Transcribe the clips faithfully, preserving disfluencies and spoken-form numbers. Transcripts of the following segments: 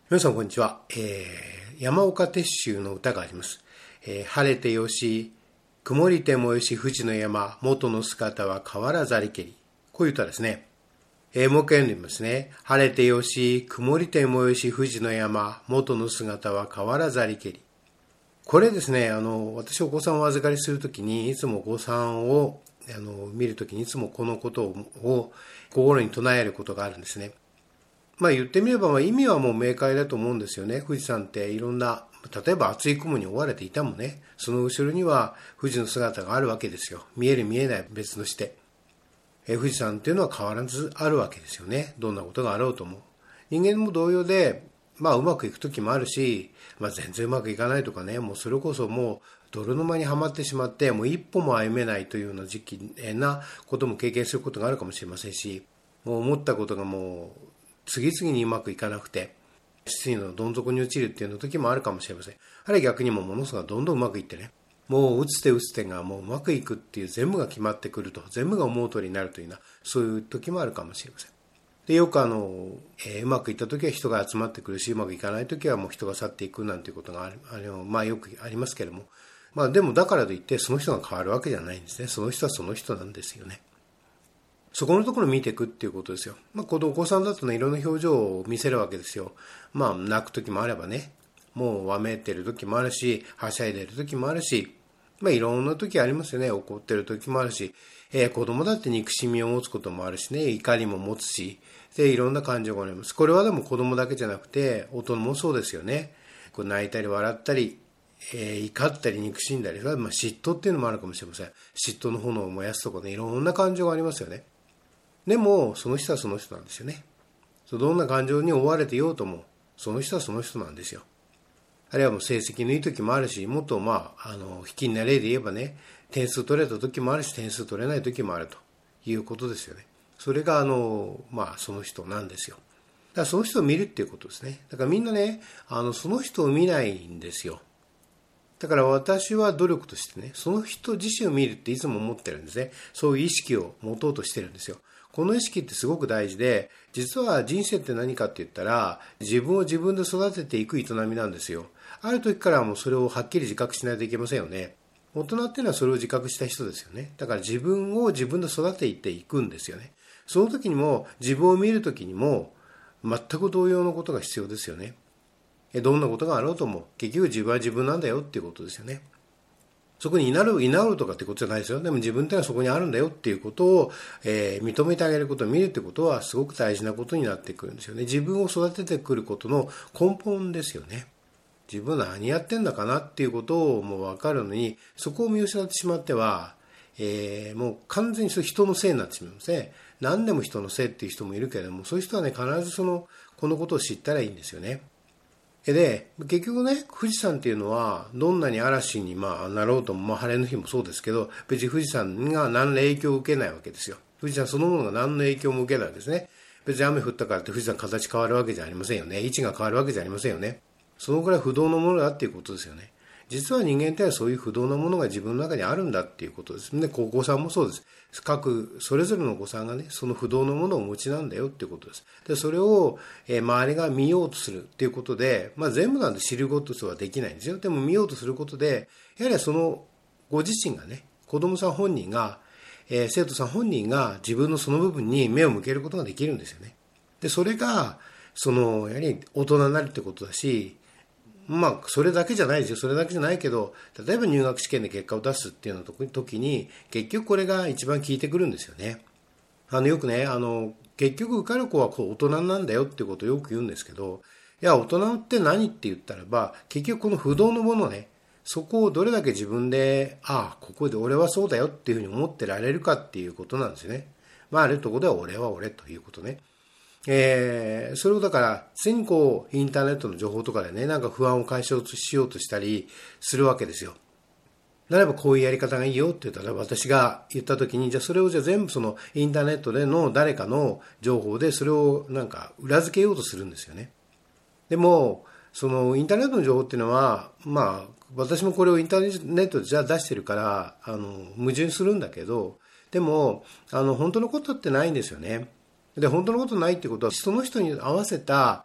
皆さんこんにちは、えー、山岡鉄舟の歌があります、えー、晴れてよし曇りてもよし富士の山元の姿は変わらざりけり。こういう歌ですね、えー、もう一回読んでみますね。晴れてよし曇りてもよし富士の山元の姿は変わらざりけり。これですね、あの私お子さんをお預かりするときにいつもお子さんをあの見るときにいつもこのことを心に唱えることがあるんですね。まあ言ってみれば、まあ意味はもう明快だと思うんですよね。富士山っていろんな、例えば厚い雲に覆われていたもね、その後ろには富士の姿があるわけですよ。見える見えない別として。え富士山っていうのは変わらずあるわけですよね。どんなことがあろうとも。人間も同様で、まあうまくいく時もあるし、まあ全然うまくいかないとかね、もうそれこそもう泥沼にはまってしまって、もう一歩も歩めないというような時期なことも経験することがあるかもしれませんし、もう思ったことがもう、次々にうまくいかなくて失意のどん底に落ちるっていうの時もあるかもしれません。あるいは逆にもものすごくどんどんうまくいってね、もう打つ手打つ手がもううまくいくっていう全部が決まってくると、全部が思う通りになるというようなそういう時もあるかもしれません。でよくあの、えー、うまくいった時は人が集まってくるし、うまくいかない時はもう人が去っていくなんていうことがある、あのまあよくありますけれども、まあでもだからといってその人が変わるわけじゃないんですね。その人はその人なんですよね。そこのところを見ていくっていうことですよ。まあ、子供お子さんだとね、いろんな表情を見せるわけですよ。まあ、泣く時もあればね、もうわめいてる時もあるし、はしゃいでる時もあるし、まあ、いろんな時ありますよね。怒ってる時もあるし、えー、子供だって憎しみを持つこともあるしね、怒りも持つし、で、いろんな感情があります。これはでも子供だけじゃなくて、大人もそうですよね。こう泣いたり笑ったり、えー、怒ったり憎しんだり、まあ、嫉妬っていうのもあるかもしれません。嫉妬の炎を燃やすとかね、いろんな感情がありますよね。でもその人はその人なんですよね。どんな感情に追われていようともその人はその人なんですよ。あるいはもう成績のいい時もあるし、もっとまああの引きな例で言えばね、点数取れた時もあるし点数取れない時もあるということですよね。それがあのまあその人なんですよ。だからその人を見るっていうことですね。だからみんなね、あのその人を見ないんですよ。だから私は努力としてね、その人自身を見るっていつも思ってるんですね。そういう意識を持とうとしてるんですよ。この意識ってすごく大事で、実は人生って何かって言ったら、自分を自分で育てていく営みなんですよ。ある時からもうそれをはっきり自覚しないといけませんよね。大人っていうのはそれを自覚した人ですよね。だから自分を自分で育てていくんですよね。その時にも、自分を見る時にも、全く同様のことが必要ですよね。どんなことがあろうとも、結局自分は自分なんだよっていうことですよね。そこに祈る、祈るとかってことじゃないですよ。でも自分ってのはそこにあるんだよっていうことを、えー、認めてあげることを見るってことはすごく大事なことになってくるんですよね。自分を育ててくることの根本ですよね。自分は何やってんだかなっていうことをもう分かるのに、そこを見失ってしまっては、えー、もう完全にそれ人のせいになってしまいますね。何でも人のせいっていう人もいるけれども、そういう人はね、必ずその、このことを知ったらいいんですよね。で、結局ね、富士山っていうのは、どんなに嵐にまあなろうとも、まあ晴れの日もそうですけど、別に富士山が何の影響を受けないわけですよ。富士山そのものが何の影響も受けないわけですね。別に雨降ったからって富士山形変わるわけじゃありませんよね。位置が変わるわけじゃありませんよね。そのくらい不動のものだっていうことですよね。実は人間ってはそういう不動なものが自分の中にあるんだっていうことですね。高校さんもそうです。各それぞれのお子さんがね、その不動のものをお持ちなんだよっていうことです。で、それを、えー、周りが見ようとするっていうことで、まあ全部なんで知ることはできないんですよ。でも見ようとすることで、やはりそのご自身がね、子供さん本人が、えー、生徒さん本人が自分のその部分に目を向けることができるんですよね。で、それが、その、やはり大人になるってことだし、まあ、それだけじゃないですよ。それだけじゃないけど、例えば入学試験で結果を出すっていうような時に、結局これが一番効いてくるんですよね。あの、よくね、あの、結局受かる子はこう大人なんだよっていうことをよく言うんですけど、いや、大人って何って言ったらば、結局この不動のものね、そこをどれだけ自分で、ああ、ここで俺はそうだよっていうふうに思ってられるかっていうことなんですよね。まあ、あるところでは俺は俺ということね。えー、それをだから、常にこう、インターネットの情報とかでね、なんか不安を解消しようとしたりするわけですよ。例えばこういうやり方がいいよって言ったら、私が言った時に、じゃあそれをじゃあ全部そのインターネットでの誰かの情報でそれをなんか裏付けようとするんですよね。でも、そのインターネットの情報っていうのは、まあ、私もこれをインターネットでじゃあ出してるから、あの、矛盾するんだけど、でも、あの、本当のことってないんですよね。で、本当のことないってことは、その人に合わせた、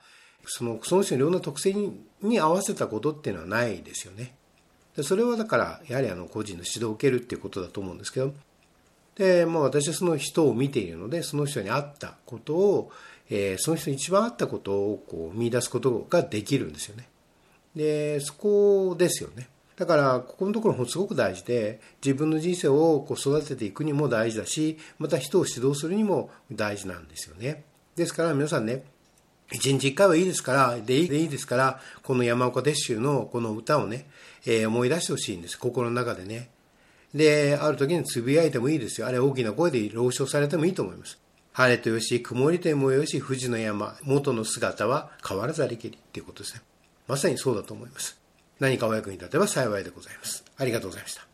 その、その人のいろんな特性に、に合わせたことっていうのはないですよね。でそれはだから、やはりあの個人の指導を受けるっていうことだと思うんですけど、で、まあ私はその人を見ているので、その人に合ったことを、えー、その人に一番合ったことをこう見出すことができるんですよね。で、そこですよね。だから、ここのところもすごく大事で、自分の人生をこう育てていくにも大事だし、また人を指導するにも大事なんですよね。ですから皆さんね、一日一回はいいですから、でいいですから、この山岡鉄舟のこの歌をね、えー、思い出してほしいんです。心の中でね。で、ある時につぶやいてもいいですよ。あれ大きな声で朗唱されてもいいと思います。晴れとよし、曇りともよし、富士の山、元の姿は変わらざりけりっていうことですね。まさにそうだと思います。何かお役に立てば幸いでございます。ありがとうございました。